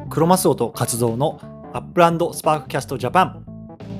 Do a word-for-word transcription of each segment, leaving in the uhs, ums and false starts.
クロマスオと活動のアップランドスパークキャストジャパン。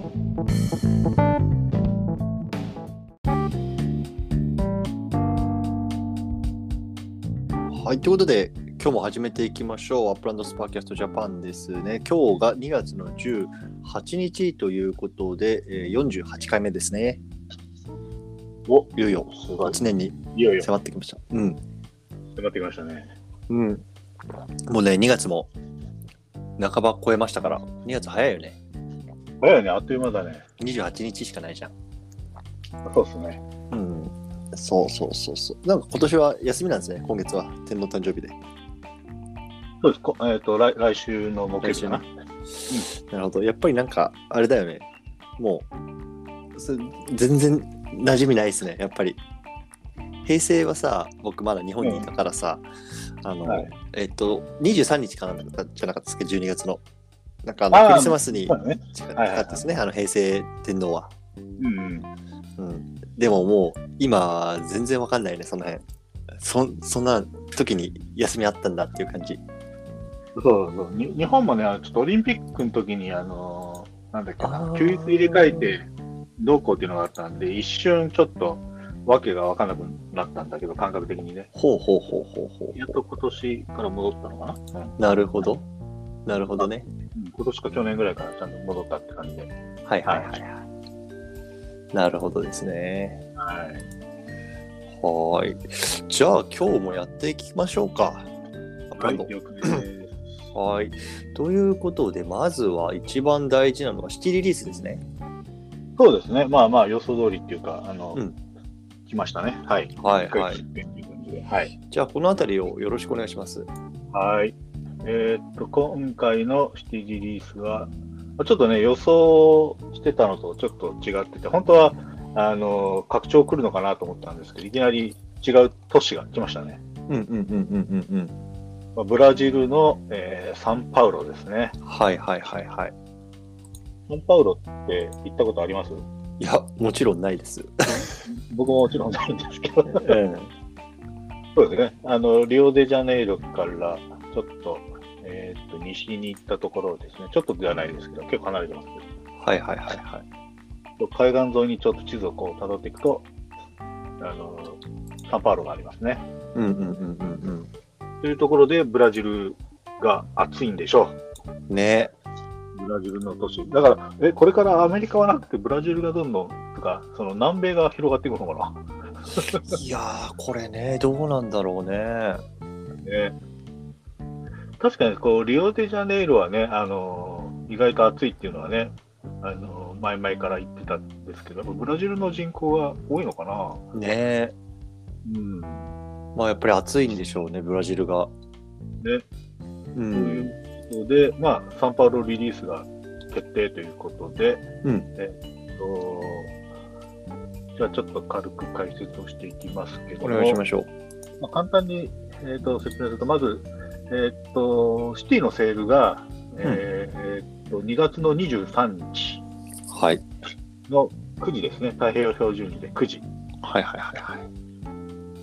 はい、ということで今日も始めていきましょう。アップランドスパーキャストジャパンですね。今日がにがつのじゅうはちにちということで、えー、よんじゅうはちかいめですね。お、いよいよはちねんに迫ってきました。うん。 迫ってきましたね。 うん。もうね、にがつも半ば超えましたから、にがつ早いよね。 早いね、あっという間だね。 にじゅうはちにちしかないじゃん。 そうですね。 うん。そうそうそうそう。なんか今年は休みなんですね。今月は天皇誕生日で。 そうです。えっと来来週の木曜日かな。 ね、うん。なるほど。やっぱりなんかあれだよね。もう全然馴染みないですね。やっぱり。平成はさ、僕まだ日本にいたからさ、うん、あの、はい、えっとにじゅうさんにちかなんかじゃなかったですけど、じゅうにがつのなんかあのあクリスマスに近かったですね。あの平成天皇は。 うんうん。でももう今全然わかんないね、その辺。そそんな時に休みあったんだっていう感じ。 そうそう。に日本もね、ちょっとオリンピックの時にあのなんだっけな、休日入れ替えてどうこうっていうのがあったんで、一瞬ちょっとわけが分からなくなったんだけど、感覚的にね。 ほうほうほうほうほう。 やっと今年から戻ったのかな。 うん、なるほど。なるほどね。 今年か去年ぐらいからちゃんと戻ったって感じで。 はいはいはいはい。なるほどですね。 はい。 はい。じゃあ今日もやっていきましょうか。 はい、了解です。 はい。ということで、まずは一番大事なのはシティリリースですね。 そうですね。まあまあ予想通りっていうか、あの、うん、来ましたね。はい。 はいはい。 はい。 じゃあこのあたりをよろしくお願いします。 はい。えー、っと、今回のシティリリースは、ちょっとね、予想してたのとちょっと違ってて、本当は、あの、拡張来るのかなと思ったんですけど、いきなり違う都市が来ましたね。 うんうんうんうんうんうん。 まあ、ブラジルの、えー、サンパウロですね。 はいはいはいはい。 サンパウロって行ったことあります？ いや、もちろんないです。 僕ももちろんないんですけど。うん、そうですね。あの、リオデジャネイロからちょっと、えー、っと、西に行ったところですね。ちょっとではないですけど、結構離れてますけど。 はいはいはいはい。 海岸沿いにちょっと地図をこう辿っていくと、あの、サンパウロがありますね。 うんうんうんうんうん。 というところで、ブラジルが暑いんでしょう。ね。 ブラジルの都市。だから、え、これからアメリカはなくて、ブラジルがどんどん、とか、その南米が広がっていくのかな。 いやー、これね、どうなんだろうね。 ね、確かに、こう、リオデジャネイロはね、あのー、意外と暑いっていうのはね、あのー、前々から言ってたんですけど、ブラジルの人口が多いのかな。 ねえ。うん。まあ、やっぱり暑いんでしょうね、ブラジルが。 ね。 うん。 ということで、まあ、サンパウロリリースが決定ということで、 うん。 えっと、じゃあちょっと軽く解説をしていきますけども、 お願いしましょう。 まあ、簡単に、えー、と説明すると、まず、えー、とシティのセールが、うんえー、とにがつのにじゅうさんにちのくじですね、太平洋標準時でくじ。 はいはいはいはい。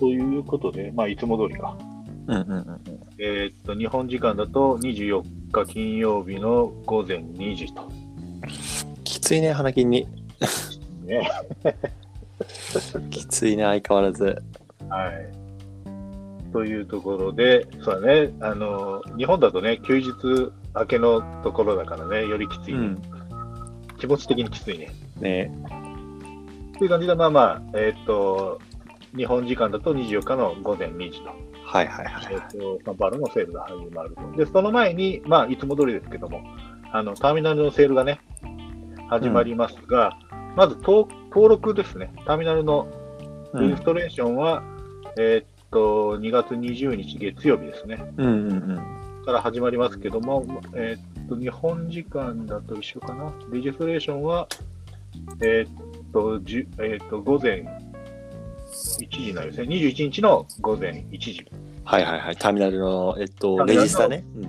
ということで、まあ、いつも通りか。 うんうんうんうん、 えー、と日本時間だとにじゅうよっか金曜日のごぜんにじと。 きついね、花金に。 ねきついね、相変わらず。 はい。というところで、そうだね、あの、日本だとね、休日明けのところだからね、よりきついね。うん、気持ち的にきついね。 ねという感じで、まあまあ、えっと、日本時間だとにじゅうよっかのごぜんにじと。 はいはいはい、はい。 えっと、サンパウロのセールが始まると。で、その前に、まあ、いつも通りですけども、あの、ターミナルのセールがね、始まりますが、うん、まず登録ですね。ターミナルのインストレーションは、うん、えー、っと、にがつにじゅうにち月曜日ですね。 うんうんうん。 から始まりますけども、えー、っと、日本時間だと一緒かな。レジストレーションは、えー、っと、じゅえー、っと、午前いちじになりますね。にじゅういちにちの午前いちじ。 はいはいはい。ターミナルの、えっと、レジスタね。 うん、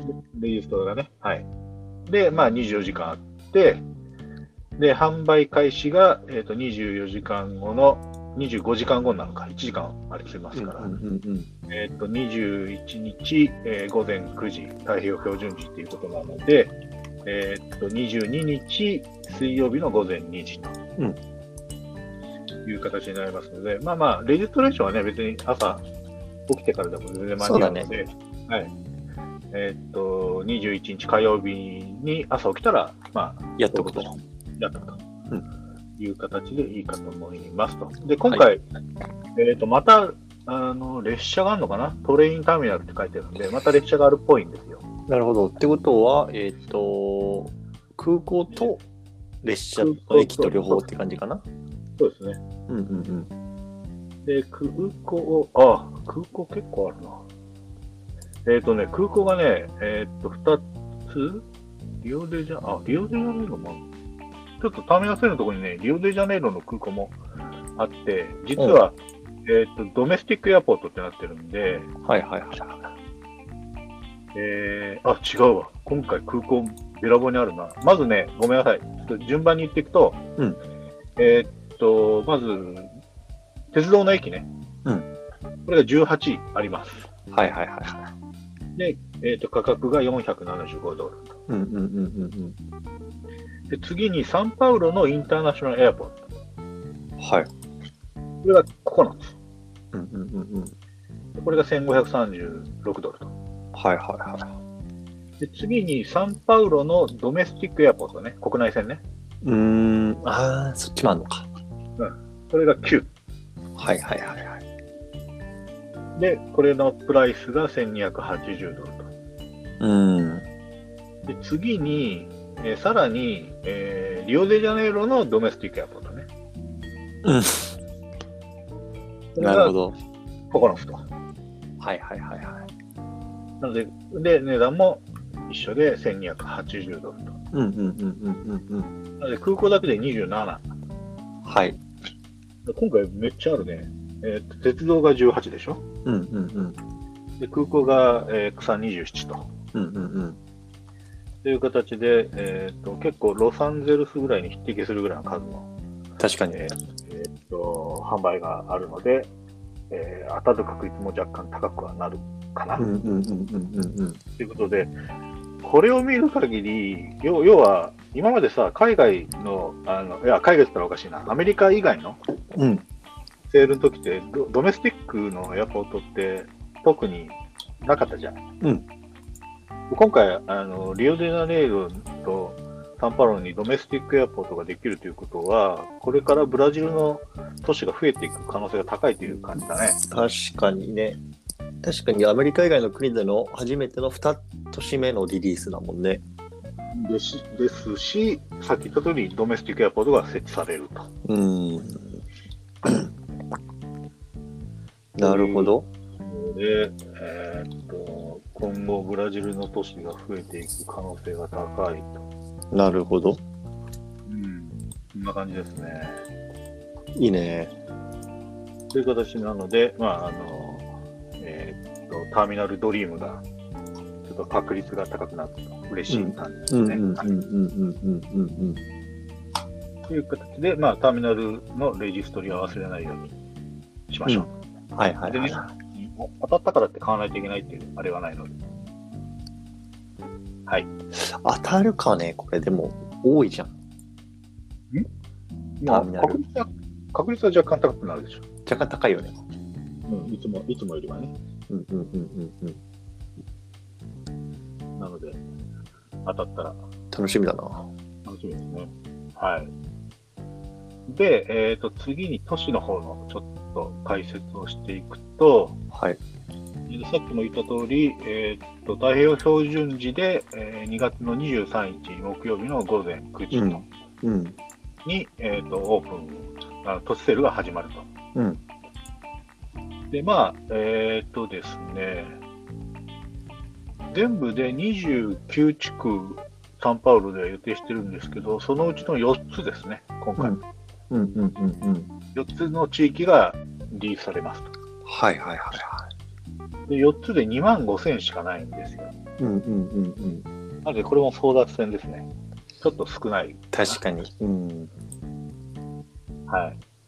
レジストがね。はい。で、まあ、にじゅうよじかんあって、で、販売開始が、えー、とにじゅうよじかんごのにじゅうごじかんごになるのか、いちじかんあれしますから、 うんうんうんえっと、にじゅういちにち、えー午前くじ、太平洋標準時ということなので、えっと、にじゅうににち水曜日の午前にじとうんいう形になりますので、まあまあ、レジストレーションはね、別に朝起きてからでも全然間に合うので、はい。えっと、にじゅういちにち火曜日に朝起きたら、まあ、 やっとくと。 やっとくとうんいう形でいいかと思いますと。で、今回、えっと、また、あの、列車があるのかな、トレインターミナルって書いてあるんで、また列車があるっぽいんですよ。 なるほど。ってことは、えっ、と、空港と列車と駅と両方って感じかな。 そうですね。 うんうんうん。 で、空港、あ、空港結構あるな。えっ、とね、空港がね、えっ、と、ふたつリオデジャ、あ、リオデジャネイロもある、ちょっとターミナルセルのところにね、リオデジャネイロの空港もあって、実は、えっ、と、ドメスティックエアポートってなってるんで、 はいはいはい。 えー、あ、違うわ。今回空港べらぼうにあるな。まずね、ごめんなさい。ちょっと順番に言っていくと、 うんえーっと、まず、鉄道の駅ね。 うんこれがじゅうはちあります。 はいはいはいはで、えーっと、価格がよんひゃくななじゅうごドル。 い。うんうんうんうんで、次にサンパウロのインターナショナルエアポート。 うん。はい。 これがここなんです。 うんうんうんうん。 これがせんごひゃくさんじゅうろくドルと。 はいはいはで、次にサンパウロのドメスティックエアポートね。国内線ね。 い。うーん。ああ、そっちもあんのか。 これがきゅう。 はいはいはいはい。 で、これのプライスがせんにひゃくはちじゅうドルと。 うーん。 で、次に、えーさらに、えーリオデジャネイロのドメスティックエアポートね。 うん。 これがなるほど。 ここのふと。 はいはいはいはい。 なので、で、値段も一緒でせんにひゃくはちじゅうドルと。 うんうんうんうんうんうん。 なので、空港だけでにじゅうなな。 はい。 今回めっちゃあるね。えーと鉄道がじゅうはちでしょ。 うんうんうん。 で、空港が、えー、草にじゅうななと。 うんうんうん。 という形で、えーと、結構ロサンゼルスぐらいに匹敵するぐらいの数の、 確かに。 えーえーと販売があるので、えー当たる確率も若干高くはなるかな。 うんうんうんうんうんうん。 ということで、これを見る限り、要要は、今までさ、海外の、あのいや、海外って言ったらおかしいな、アメリカ以外のうん。 セールの時ってド、ドメスティックのエアポートって特になかったじゃん。 うん。 今回、あのリオデジャネイロとサンパウロにドメスティックエアポートができるということは、これからブラジルの都市が増えていく可能性が高いという感じだね。 確かにね。確かにアメリカ以外の国での初めてのに都市目のリリースだもんね。 ですですし、さっき言った通り、ドメスティックエアポートが設置されると。 うーん。なるほど。 で、えーっと、今後ブラジルの都市が増えていく可能性が高いと。 なるほど。 うん、こんな感じですね。 いいね。 という形なので、まあ、あの、えーっと、ターミナルドリームが、ちょっと確率が高くなったと、嬉しい感じですね。 うんうんうんうんうんうんうんという形で、まあ、ターミナルのレジストリは忘れないようにしましょう。 うん。はいはいでねはい。 当たったからって買わないといけないっていうあれはないので。はい。 当たるかね、これでも多いじゃん。 まあ、 ターミナル確率は、確率は若干高くなるでしょ若干高いよね。 う。うん、いつも、いつもよりはね。 うんうんうんうんうん。 なので、当たったら楽しみだな。 楽しみですね。はい。で、えっ、と、次に都市の方のちょっと解説をしていくと、 はい。 えーさっきも言った通り、えっ、と、太平洋標準時で、えーにがつのにじゅうさんにち木曜日のごぜんくじとうん。 に、えっ、と、オープン、あの都市セールが始まると。 うん。 で、まあ、えっ、とですね、全部でにじゅうきゅうちくサンパウロでは予定してるんですけど、そのうちのよっつですね、今回。 うんうんうんうん。 よっつの地域がリリースされますと。 はいはいはいはで、よっつでにまんごせんしかないんですよ。 い。うんうんうんうん。 なので、これも争奪戦ですね。ちょっと少ない。 確かに。うん。 はい。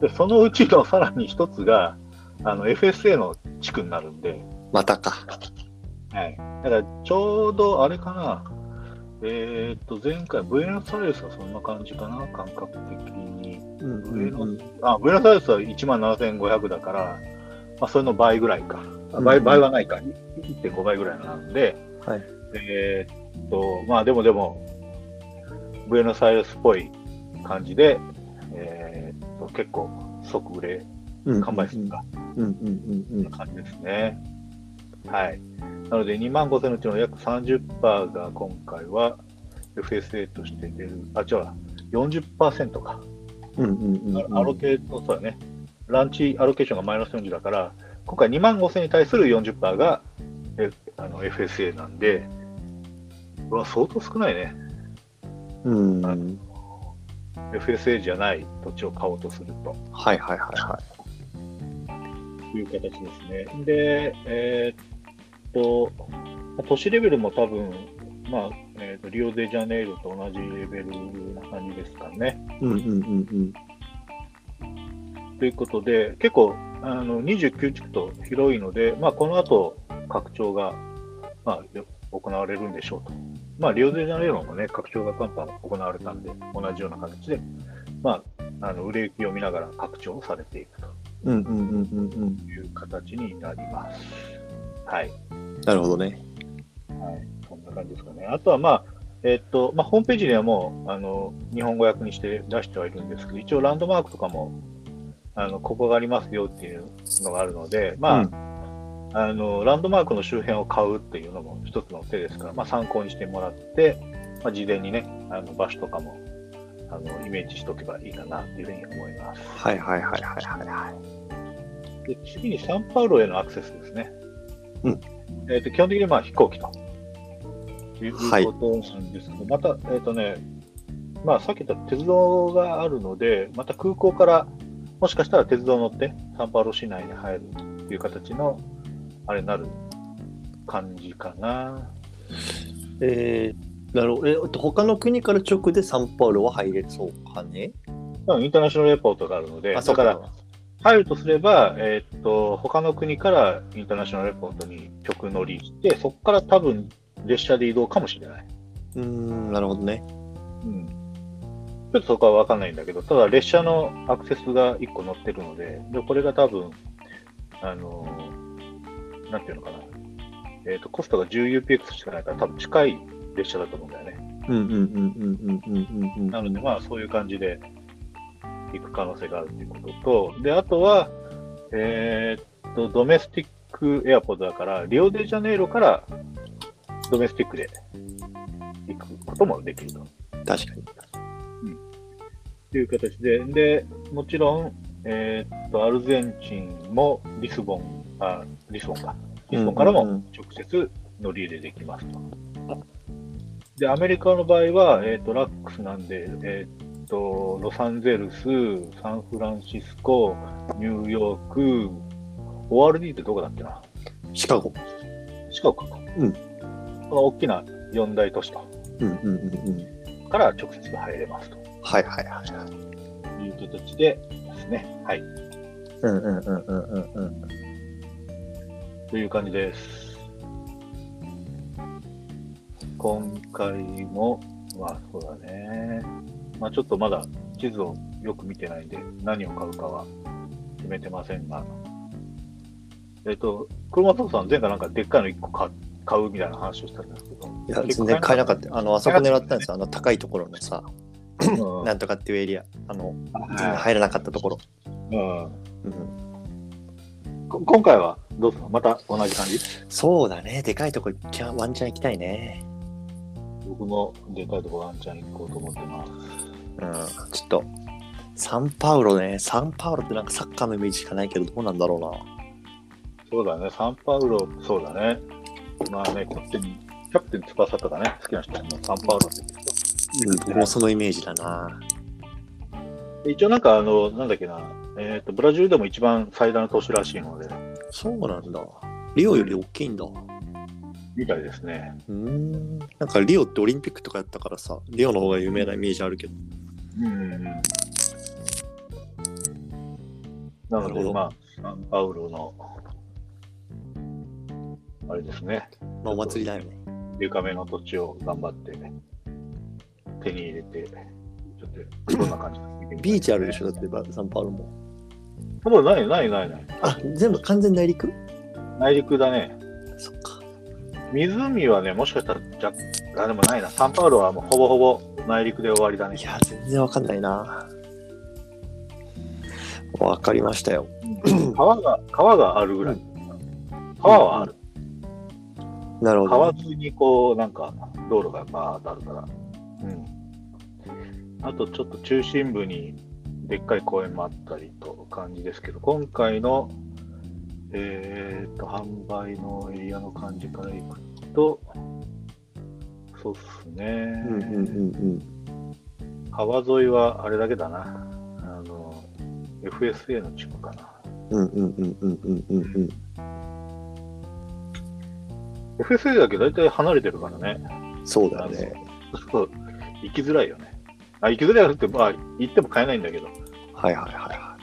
で、そのうちのさらに一つが、あの エフエスエー の地区になるんで、 またか。 はい。だからちょうどあれかな、えっと、前回、ブエノスアイレスはそんな感じかな、感覚的に。 うんブエノあブエノスアイレスはいちまんななせんごひゃくだから、まあ、それの倍ぐらいか。あ倍、 うん倍はないか。いってんごばいぐらいなんで、 はい。 えーっと、まあでもでも、ブエノスアイレスっぽい感じで、えーっと、結構即売れ、完売するか、 うんうんうんうん。 感じですね。はい。なので、にまんごせんのうちの約 さんじゅっパーセント が今回は エフエスエー として出る、あ、違うな、よんじゅっパーセント か。 うんうんうんうん。 アロケート、そうだね。ランチアロケーションがマイナスよんじゅうだから、今回にまんごせんに対する よんじゅっパーセント が、えあの エフエスエー なんで、これは相当少ないね。 うん。 あの エフエスエー じゃない土地を買おうとすると。 はいはいはいはという形ですね。で、えーっと、都市レベルも多分、まあ、えーっと、リオデジャネイロと同じレベルな感じですかね。 い。うんうんうんうん。 ということで、結構、あのにじゅうきゅう地区と広いので、まあ、この後、拡張が、まあ、よ行われるんでしょうと。まあ、リオデジャネイロもね、拡張がパンパン行われたんで、同じような形で、まあ、あの売れ行きを見ながら拡張されていくとうんうんうんうんうん。 いう形になります。はい。 なるほどね。 はい、そんな感じですかね。あとは、まあ、えっと、まあ、ホームページではもう、あの、日本語訳にして出してはいるんですけど、一応ランドマークとかも、あの、ここがありますよっていうのがあるので、まあ、 うんあの、ランドマークの周辺を買うっていうのも一つの手ですから、まあ、参考にしてもらって、まあ、事前にね、あの、場所とかも、あの、イメージしておけばいいかなっていうふうに思います。 はいはいはいはいはいはい。 で、次にサンパウロへのアクセスですね。 うん。 えっと、基本的にまあ飛行機というはいことなんですけど、また、えっとね、まあさっき言った鉄道があるので、また空港からもしかしたら鉄道乗ってサンパウロ市内に入るっていう形のあれになる感じかな。 えー、なるほど。えっと、他の国から直でサンパウロは入れそうかね。 多分インターナショナルレポートがあるので、 あ、そだかうから入るとすれば、えーっと、他の国からインターナショナルレポートに直乗りして、そこから多分列車で移動かもしれない。 うーん、なるほどね。 うん。ちょっとそこはわかんないんだけど、ただ列車のアクセスがいっこ乗ってるので、で、これが多分、あのーなんていうのかな。えーっと、コストが じゅうユーピーエックス しかないから、多分近い列車だと思うんだよね。 うんうんうんうんうんうんうんうん。 なので、まあ、そういう感じで行く可能性があるということと、で、あとは、えーっと、ドメスティックエアポートだから、リオデジャネイロからドメスティックで行くこともできると。 確かに。 という形で、で、もちろん、えーっと、アルゼンチンもリスボン、あ、リスボンか。リスボンからもうんうんうん直接乗り入れできますと。で、アメリカの場合は、えーっと、ラックスなんで、えーっと、ロサンゼルス、サンフランシスコ、ニューヨーク、オーアールディー ってどこだっけな。 シカゴ。 シカゴか。 うんこの大きなよん大都市と、 うんうんうんうん。 から直接入れますとはいはいはいはい。 いう形でですね。はい。 うんうんうんうんうんうん。 という感じです。今回も、まあそうだね。まあちょっとまだ地図をよく見てないんで、何を買うかは決めてませんが、えっと、車操さん、前回なんかでっかいのいっこ買買うみたいな話をしたんですけど、 いや、全然買えなかった。あの、あそこ狙ったんですよ。あの、高いところのさ、 うんなんとかっていうエリア。あの、全然は入らなかったところ。 いうんうん。 こ今回はどうするの？また同じ感じ？ そうだね。でかいとこじゃワンチャン行きたいね。 僕もでかいとこワンチャン行こうと思ってます。 うん。ちょっと、サンパウロね。サンパウロってなんかサッカーのイメージしかないけど、どうなんだろうな。 そうだね、サンパウロ、そうだね。まあね、キャプテン、キャプテン翼とかね、好きな人はもうサンパウロって言ってうん、僕もそのイメージだな。 る。一応なんかあの、なんだっけな、えっ、と、ブラジルでも一番最大の都市らしいので、 そうなんだ。リオより大きいんだ。 みたいですね。 うーん。なんかリオってオリンピックとかやったからさ、リオの方が有名なイメージあるけど。 うんうんうん。 なので、 なるほどまあ、サンパウロの、あれですね、 まあ、お祭りだよね。 デカめの土地を頑張って手に入れて、ちょっとどんな感じか見てみたいすねビーチあるでしょ、だってばサンパウロも。 もうないないないない。 あ、全部完全内陸？ 内陸だね。 そっか。 湖はね、もしかしたら若干、あ、でもないな。サンパウロはもうほぼほぼ内陸で終わりだね。 いや、全然わかんないな。わかりましたよ。 川が、川があるぐらい。川はある。 なるほど。 川沿いにこう、なんか、道路がバーっとあるから。うん。あと、ちょっと中心部に、でっかい公園もあったりと感じですけど、今回の、えーと、販売のエリアの感じからいくと、そうっすね。 うんうんうんうん。 川沿いはあれだけだな。あの、エフエスエー の地区かな。 うんうんうんうんうんうんうん。 エフエスエー だけ大体離れてるからね。 そうだよね。 そう、行きづらいよね。あ、行きづらいよって、まあ、行っても買えないんだけど。 はいはいはいは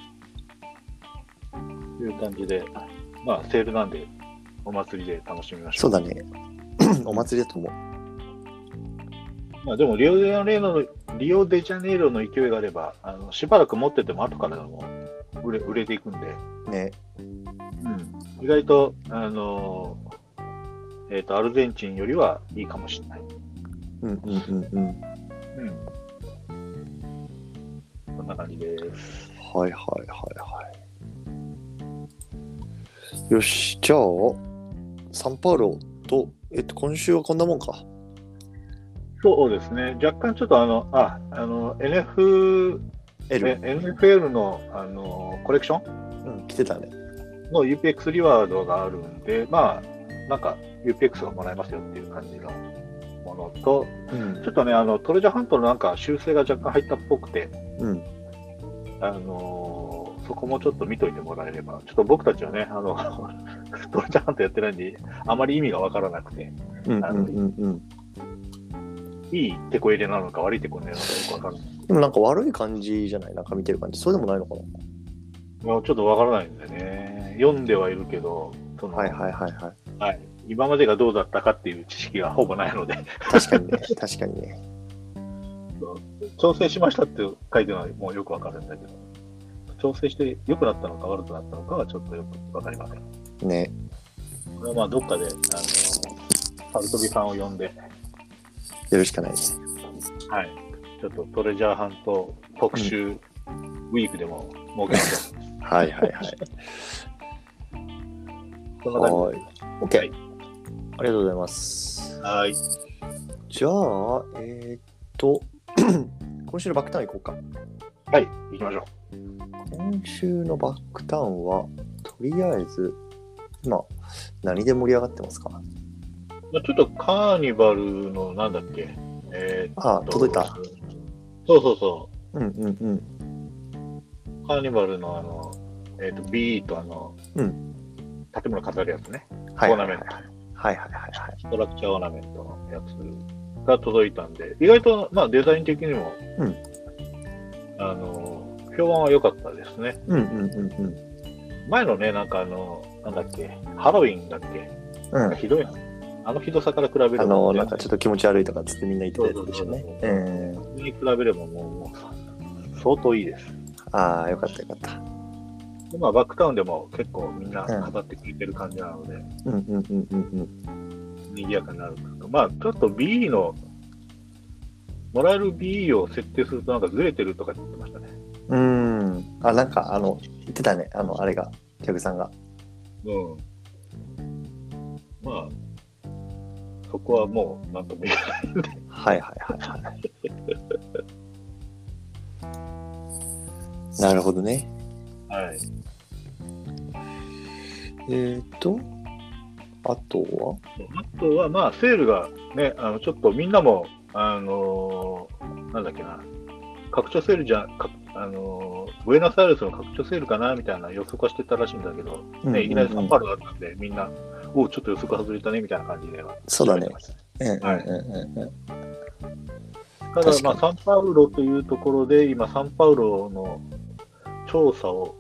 という感じで、まあ、セールなんで、お祭りで楽しみまい。 しょう。 そうだね。お祭りだと思う。 まあ、でもリオデジャネイロの、リオデジャネイロの勢いがあれば、あのしばらく持ってても後からでも売れ売れていくんで、 ね。 うん、意外と、あのーえーと、アルゼンチンよりはいいかもしれない。 うんうんうんうん。 うん。こんな感じです。 はいはいはいはい。よし、じゃあ、サンパウロと、えっと、今週はこんなもんか。 そうですね。若干ちょっとあの、あ、あの、エヌエフ、え L。 エヌエフエル の、あのコレクションうん、来てたね。 の ユーピーエックス リワードがあるんで、まあ、なんか ユーピーエックス がもらえますよっていう感じのものと、 うんちょっとね、あのトレジャーハントのなんか修正が若干入ったっぽくて、 うん。 あのーそこもちょっと見といてもらえれば、ちょっと僕たちはね、あのトレジャーハントやってないんで、あまり意味がわからなくて、 うんうんうんうん。 いいテこ入れなのか悪いテこ入れなのかよくわからない。 でもなんか悪い感じじゃない？なんか見てる感じ。そうでもないのかな？ まあちょっとわからないんでね、読んではいるけど、そのはいはいはいはい。 はい今までがどうだったかっていう知識がほぼないので、 確かにね、確かにね。 調整しましたって書いてるのはもうよくわかるんだけど、調整して良くなったのか悪くなったのかはちょっとよくわかりません。 ね。 これはまあどっかで、あの、パルトビさんを呼んで、 やるしかないね。 はい、ちょっとトレジャーハント特集ウィークでも設けましょう。 はいはいはい。 こんな感はいじ。 OK。 はいありがとうございます。 はい。 じゃあ、えー、っと、今週のバックタウン行こうか。 はい、行きましょ今週のバックタウンは、とりあえず、今、何で盛り上がってますか？ う。まあ、ちょっとカーニバルのなんだっけ、えーっとあ、届いた。 そうそうそうんうんうん。 う。カーニバルのあの、えーっと、ビーとあの、 うん建物飾るやつね。 はいオーナメント。 はいはいはいはい。 ストラクチャーオーナメントのやつが届いたんで、意外と、まあ、デザイン的にも、 うんあの、評判は良かったですね。 うんうんうんうん。 前のね、なんかあの、なんだっけ、ハロウィンだっけ、 うん、 ひどいな。あのひどさから比べれば、 あの、なんかちょっと気持ち悪いとかつってみんな言ってたやつでしょうねそうそう。そううん。 それに比べればもう、もう相当いいです。 ああ、よかったよかった。 でまあ、バックタウンでも結構みんな語ってくれてる感じなので、 うんうんうんうんうん。 賑やかになると。まあ、ちょっと ビー の、もらえる ビー を設定するとなんかずれてるとか言ってましたね。 うーん。あ、なんか、あの、言ってたね。あの、あれが、客さんが。 うん。まあ、そこはもう、なんとも言えないんで。 はいはいはいはい。なるほどね。 はい。 えーと、あとはあとは、まあ、セールがね、あのちょっとみんなも、あのーなんだっけな、拡張セールじゃ、かあのーブエノスアイレスの拡張セールかなみたいな予測はしてたらしいんだけど、 うんうんうんね、いきなりサンパウロだったんで、みんな、おうちょっと予測外れたねみたいな感じで。 そうだね調べてましたうんうんはいうんうんうん。 ただ、 確かにまあ、サンパウロというところで、今、サンパウロの調査を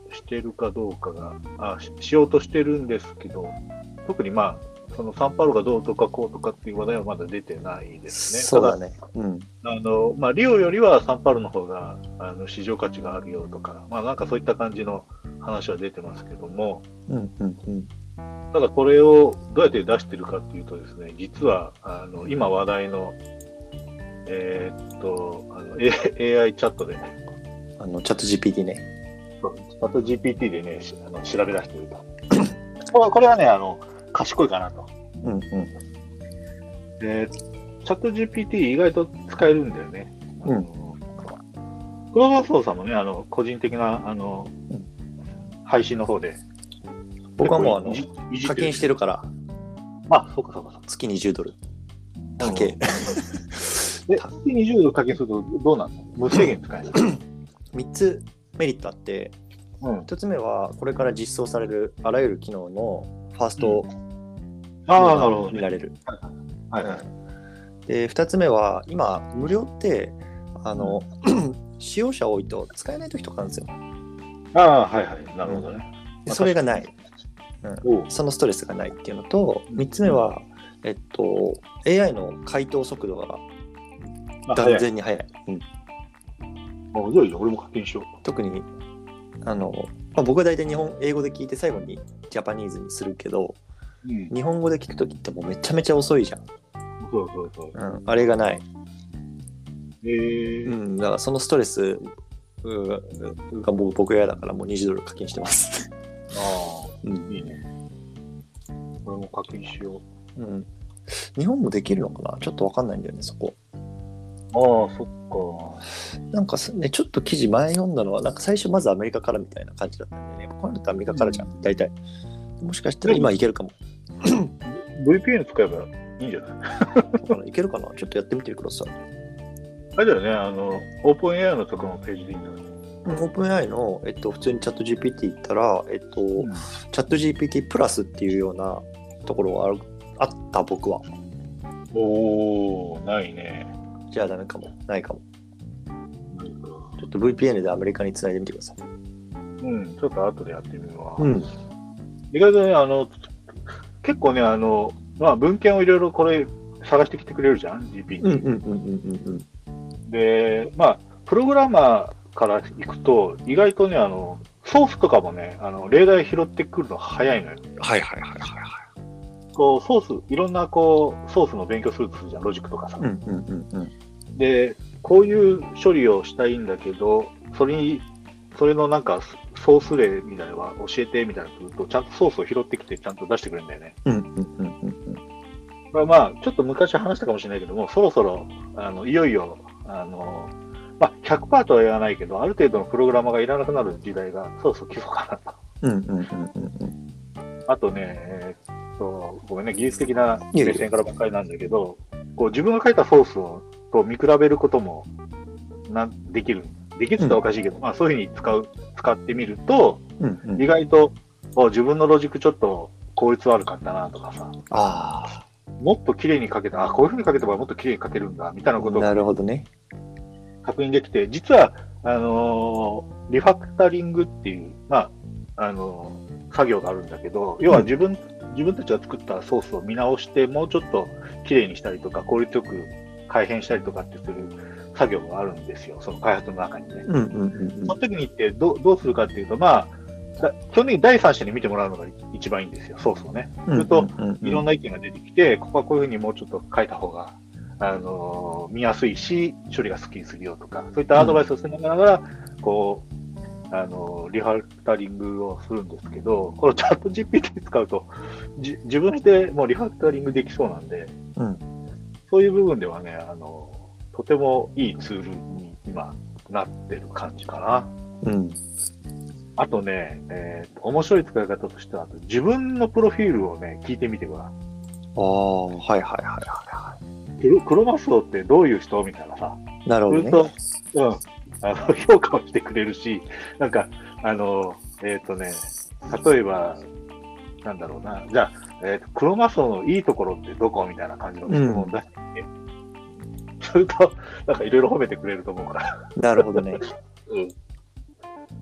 してるかどうかがあし、しようとしてるんですけど、特にまあ、そのサンパウロがどうとかこうとかっていう話題はまだ出てないですね。 そうだね。うん。 ただあのまあ、リオよりはサンパウロの方があの市場価値があるよとか、まあ、なんかそういった感じの話は出てますけども、 うんうんうん。 ただこれをどうやって出してるかっていうとですね、実はあの今話題の、えーっとあの エーアイ チャットでね、 あの、チャット ジーピーティー ね。 そうチャット ジーピーティー でね、しあの調べ出してると。これこれはね、あの賢いかなと。 うんうん。 で、チャット ジーピーティー 意外と使えるんだよね。 うんあの黒田総さんもね、あの個人的なあの、 うん配信の方で。 僕はもうあのいじいじ課金してるから、 あ、そうかそうかそうか。 月にじゅうドル。だけ。 で、月にじゅうドル課金するとどうなの？無制限使える。 みっつメリットあって、 うんひとつめはこれから実装されるあらゆる機能のファーストああ、なるほど、ね。 見られる。 はいはい。 でふたつめは今無料ってあの使用者多いと使えない時とかあるんですよ。 ああ、はいはい。なるほどね。 でそれがない、 おうそのストレスがないっていうのと、みっつめは、えっと、エーアイ の回答速度があ断然に速い。うんあじゃあいいよ、俺も課金しよ特にあの、まあ、僕は大体日本英語で聞いて最後にジャパニーズにするけど、 う。うん。 日本語で聞くときってもうめちゃめちゃ遅いじゃん。 そうそうそう。 うん、あれがない。 えー、 うん、だからそのストレスうがもう僕嫌だからもうにじゅうドル課金してます。 ああ、 うんいいね。俺も課金しよう。 うん、日本もできるのかなちょっとわかんないんだよね、そこ。 ああ、そっか。 なんかね、ちょっと記事前読んだのは、なんか最初まずアメリカからみたいな感じだったんだよね。こうなるとアメリカからじゃん、大体。もしかしたら今いけるかも。 ブイピーエヌ 使えばいいんじゃない？ だからいけるかなちょっとやってみてください。 あれだよね、あの、オープン エーアイ のところのページでいいんだよね。 オープン エーアイ の、えっと、普通にチャット ジーピーティー 行ったら、えっと、 うんチャット ジーピーティー プラスっていうようなところがあるあった僕は。 おー、ないね。 じゃあダメかも。ないかも。 ないか。 ちょっと ブイピーエヌ でアメリカにつないでみてください。 うん、ちょっと後でやってみるわ。 うん。 意外とね、あの、結構ね、あの、まあ、文献をいろいろこれ探してきてくれるじゃん、ジーピーティー。 うんうんうんうんうんで、まあ、プログラマーから行くと、意外とね、あの、ソースとかもね、あの例題拾ってくるの早いのよ。 うん。はいはいはいはいはい。 こう、ソース、いろんなこう、ソースの勉強するとするじゃん、ロジックとかさ。 うんうんうんうん。 で、こういう処理をしたいんだけど、それに、それのなんか、ソース例みたいなのは教えてみたいなのすると、ちゃんとソースを拾ってきて、ちゃんと出してくれるんだよね。 うんうんうんうんまあ、まあ、ちょっと昔話したかもしれないけども、そろそろ、あの、いよいよ、あの、まあ、ひゃくパーセント とは言わないけど、ある程度のプログラマーがいらなくなる時代が、そろそろ来そうかなと。 うんうんうんうんうんあとね、えーっと、ごめんね、技術的な目線からばっかりなんだけど、こう自分が書いたソースをと見比べることもなんできる。できるって言ったらおかしいけど、まあそういうふうに使う、使ってみると、 うんうん。 意外と、お自分のロジックちょっと効率悪かったなとかさ、 あもっと綺麗に書けた、あ、こういうふうに書けた場合もっと綺麗に書けるんだ、みたいなことあ、なをるほどね。 確認できて、実は、あのーリファクタリングっていう、まあ、あのー作業があるんだけど、要は自分、自分たちが作ったソースを見直して、もうちょっと綺麗にしたりとか、効率よく改変したりとかってする作業があるんですよ、その開発の中にね。 うんうんうんその時にってどうどうするかっていうと、まあ、だ基本的に第三者に見てもらうのが一番いいんですよ、ソースをね。 うん。 すると、 うんいろんな意見が出てきて、ここはこういうふうにもうちょっと書いた方が、あのー見やすいし、処理がスッキリするよとか、そういったアドバイスをしながら、こう、あのーリファクタリングをするんですけど、このチャット ジーピーティー 使うと、じ自分でもうリファクタリングできそうなんで、 うんそういう部分ではね、あのーとてもいいツールに今なってる感じかな。 うん。 あとね、えー面白い使い方としては、自分のプロフィールをね、聞いてみてごらん。 ああ、はいはいはいはいはクロクロマスオってどういう人みたいなさ、 い。なるほどね。 すると、うん、あの評価をしてくれるし、なんか、あの、えっ、とね、例えば、なんだろうな、じゃあ、えーと、クロマスオのいいところってどこみたいな感じの質問を出してみて、すると、なんかいろいろ褒めてくれると思うから。 なるほどね。 うん。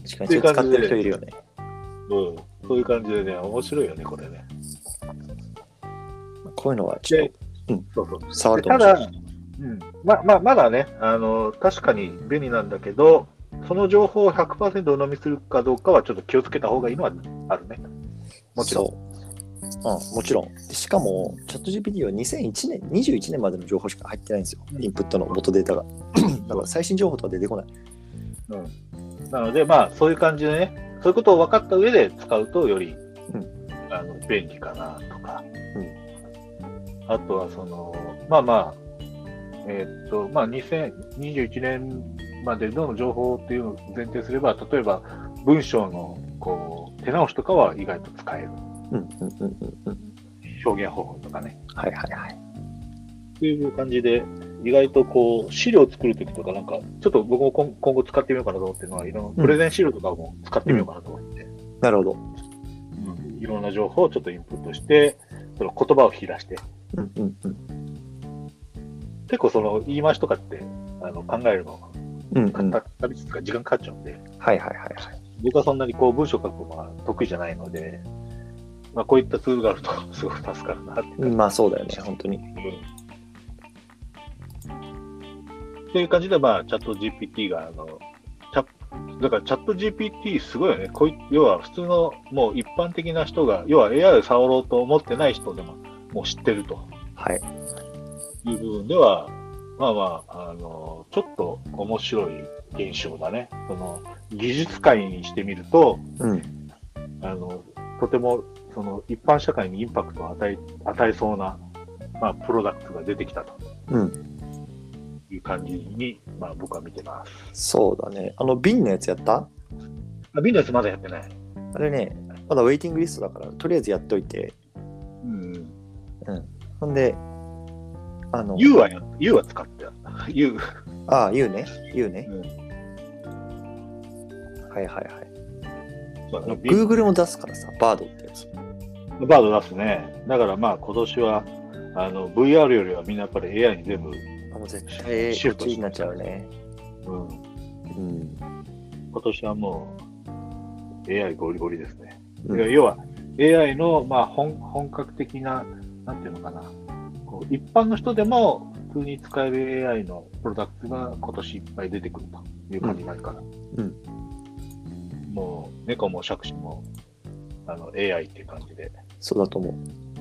確かにそれ使ってる人いるよね。 うん、そういう感じでね、面白いよね、これね。 こういうのはちょっと、うん、 そうそう触るとた面白い。 だ、うんまままだねあの、確かに便利なんだけど、その情報を ひゃくパーセント 鵜呑みするかどうかはちょっと気をつけた方がいいのはあるね。もちろん。 そう。うん、もちろん。しかも、チャット ジーピーティー はにせんいちねん、にじゅういちねんまでの情報しか入ってないんですよ。インプットの元データが。だから最新情報とは出てこない。 うん、なので、まあ、そういう感じでね、そういうことを分かった上で使うとより、 うん、 あの便利かなとか、 うん、 あとはその、まあまあ、えーっと、まあ、にせんにじゅういちねんまでの情報っていうのを前提すれば、例えば文章のこう手直しとかは意外と使える。 うんうんうんうんうん。 表現方法とかね。 はいはいはい。 っていう感じで、意外とこう資料を作るときとか、なんか、ちょっと僕も今今後使ってみようかなと思ってるのは、いろんなプレゼン資料とかも使ってみようかなと思って、 うん、なるほど、 うん。いろんな情報をちょっとインプットして、その言葉を引き出して、 うんうんうん、 結構その言い回しとかってあの考えるの、 うんうん、 旅とか時間かかっちゃうんで、 はいはいはいはい。 僕はそんなにこう文章書くのが得意じゃないので、まあ、こういったツールがあるとすごく助かるなって。 まあそうだよね、本当に。 うんっていう感じで、まあ、チャット ジーピーティー が、あの、チャだからチャット ジーピーティー すごいよね。こい要は普通のもう一般的な人が、要は エーアイ を触ろうと思ってない人でももう知ってると。 はい。 いう部分では、まあまあ、あの、ちょっと面白い現象だね。その、技術界にしてみると、 うん、 あの、とても、その、一般社会にインパクトを与え、与えそうな、まあ、プロダクトが出てきたと。 うん。 いう感じに、まあ、僕は見てます。 そうだね。あの、瓶のやつやった？ あ、瓶のやつまだやってない。 あれね、まだウェイティングリストだから、とりあえずやっといて。 うん。 うん。ほんで、あの、 U はや、U は使ってた。U。 ああ、U ね。U ね。 うん、 はいはいはい。 そうね、 Google も出すからさ、バードってやつ。 バード出すね。だからまあ、今年は、あの、ブイアール よりはみんなやっぱり エーアイ に全部、 あ、もう絶対シフトになっちゃうね。 うん。 うん。 今年はもう エーアイ ゴリゴリですね。 うん、 要は エーアイ のまあ 本, 本格的な、なんていうのかな、こう一般の人でも普通に使える エーアイ のプロダクトが今年いっぱい出てくるという感じになるから。 うん。 もう猫も杓子もあの エーアイ っていう感じで。 そうだと思う。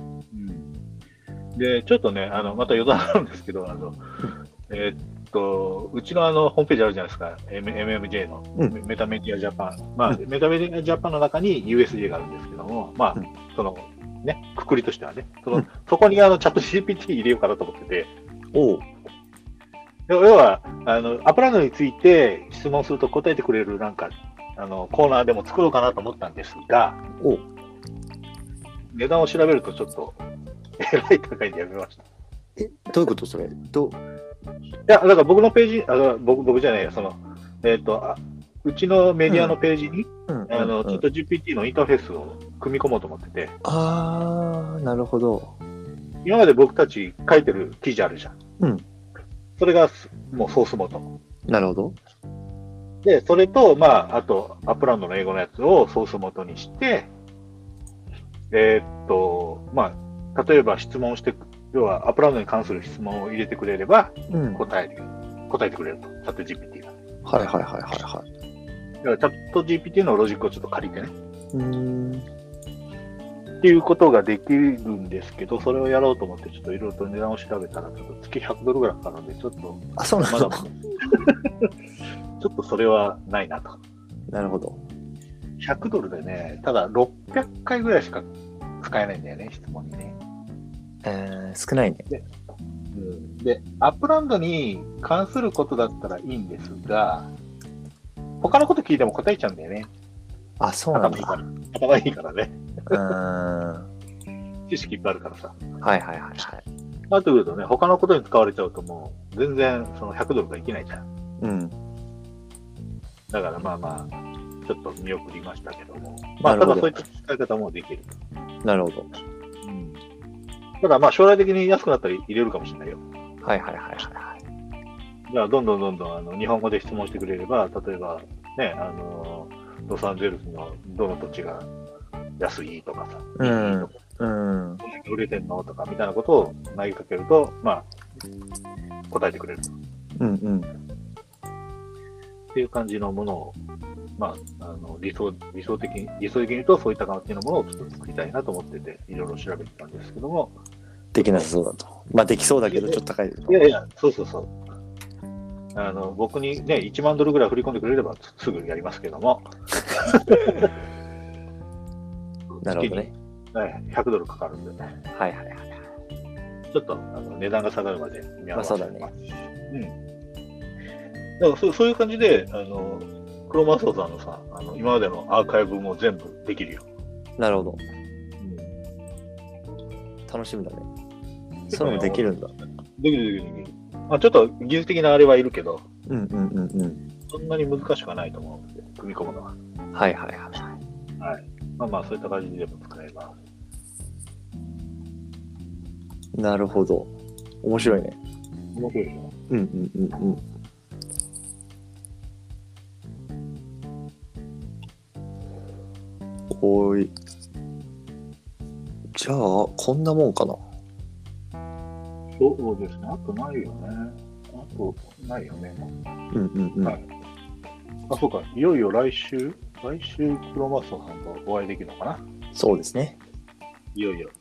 で、ちょっとね、あのまた余談なんですけど、あのえーっとうちのあのホームページあるじゃないですか、エムエムジェー の、うん、メタメディアジャパン、まあ、うん、メタメディアジャパンの中に ユーエスジェー があるんですけども、まあ、うん、そのね、くくりとしてはね、その、うん、そこにあのチャット ジーピーティー 入れようかなと思ってて、 おう要はあの、アップランドについて質問すると答えてくれるなんかあのコーナーでも作ろうかなと思ったんですが、 おう値段を調べるとちょっとえらい高いんでやめました。 え、どういうことそれ？どういや、だから僕のページ、あ僕僕じゃないよ、その、えっ、ー、とあ、うちのメディアのページに、うん、あの、うん、ちょっと ジーピーティー のインターフェースを組み込もうと思ってて。 あー、なるほど。 今まで僕たち書いてる記事あるじゃん。 うん。 それがもうソース元。 なるほど。 で、それと、まあ、あと、アップランドの英語のやつをソース元にして、えっ、ー、と、まあ、例えば質問して、要はアップランドに関する質問を入れてくれれば、答える、うん、答えてくれると、チャット ジーピーティー が。 はいはいはいはいはい。 だからチャット ジーピーティー のロジックをちょっと借りてね。 うーん。 っていうことができるんですけど、それをやろうと思って、ちょっといろいろと値段を調べたら、ちょっと月ひゃくドルぐらいかかるので、ちょっと、 あ、そうなの？ まだちょっとそれはないなと。 なるほど。 ひゃくドルでね、ただろっぴゃっかいぐらいしか使えないんだよね、質問にね。 えー、少ないね。 で、うん、で、アップランドに関することだったらいいんですが、他のこと聞いても答えちゃうんだよね。 あ、そうなんだ。 頭いいから。頭いいからね。 うーん。 知識いっぱいあるからさ。 はいはいはいはい。 なってくるとね、他のことに使われちゃうともう、全然そのひゃくドルがいけないじゃん。 うん。 だからまあまあ、ちょっと見送りましたけども。まあ、ただそういった使い方もできる。 なるほど。 ただまあ将来的に安くなったら入れるかもしれないよ。 はいはいはいはい。 だからどんどんどんどんあの日本語で質問してくれれば、例えばね、あのロサンゼルスのどの土地が安いとかさ、 うんいいとかうん。 どんだけ売れてんのとかみたいなことを投げかけると、まあ、答えてくれるうんうん。 っていう感じのものを、まあ、あの理想理想的に、理想的に言うとそういった感じのものをちょっと作りたいなと思ってて、いろいろ調べてたんですけども、 できなさそうだと。まあできそうだけどちょっと高い。 いやいや、そうそうそう。あの僕にね、いちまんドルぐらい振り込んでくれればすぐやりますけども、 なるほどね。 はいひゃくドルかかるんで、ね、 はいはいはい。 ちょっとあの値段が下がるまで見合わせてまあそうだます。うん。だからそうそういう感じで、あのクロマスオさんのさ、あの今までのアーカイブも全部できるよ。 なるほど。 うん、 楽しみだね。それもできるんだ。 できるできるできる。まあ、ちょっと技術的なあれはいるけど、 うんうんうんうん。 そんなに難しくはないと思うので、組み込むのは。 はいはいはい。 はい。まあまあ、そういった感じでも使えます。 なるほど。面白いね。 面白いでしょ。 うんうんうんうん。おい。じゃあ、こんなもんかな。 そうですね。あとないよね。あとないよね。 うんうんうん。 はいあ、そうか。いよいよ来週、来週、クロマスオさんとお会いできるのかな。 そうですね。 いよいよ。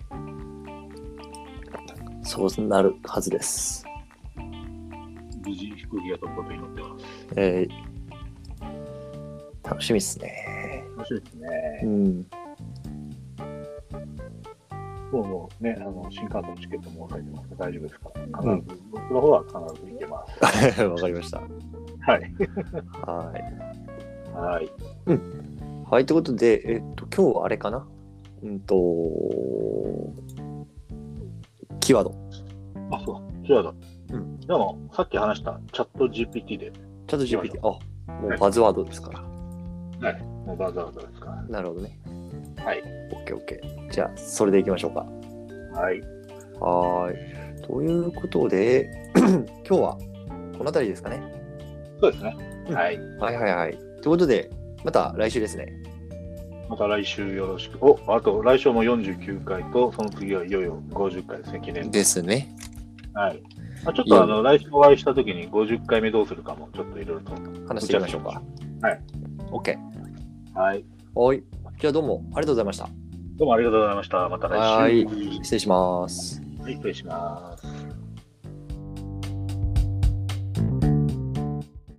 そうなるはずです。 無事飛行機が飛ぶことに祈ってます。 えー、楽しみっすね。 楽しいですうね。 ん。 もうもうね、あの新幹線のチケットも押さえてます。大丈夫ですか。必ず、僕の方は必ず行けます。 わかりました。 はい。 はい。 はい。 はい、ということで、えっと、今日はあれかなうんと、キーワード。 あ、そうだ。キーワード。 うん。 でも、さっき話したチャット ジーピーティー で、 チャット ジーピーティー、あ、もうバズワードですから。 はい。もうバズワードですかなるほどね。 ら。はい。 オッケーオッケー。じゃあ、それでいきましょうか。 はい。 はーい。ということで、今日はこの辺りですかね。 そうですね。 うんはい。 はいはいはい。ということで、また来週ですね。 また来週よろしく。お、あと来週もよんじゅうきゅうかいと、その次はいよいよごじゅっかいですね、記念日。 ですね。 はい。まあ、ちょっとあの、来週お会いしたときにごじゅっかいめどうするかも、ちょっといろいろと。 話していきましょうか。 はい。 オッケー。 はい。 はい。じゃあどうもありがとうございました。 どうもありがとうございました。また来週。 はい。失礼します。 はい、失礼します。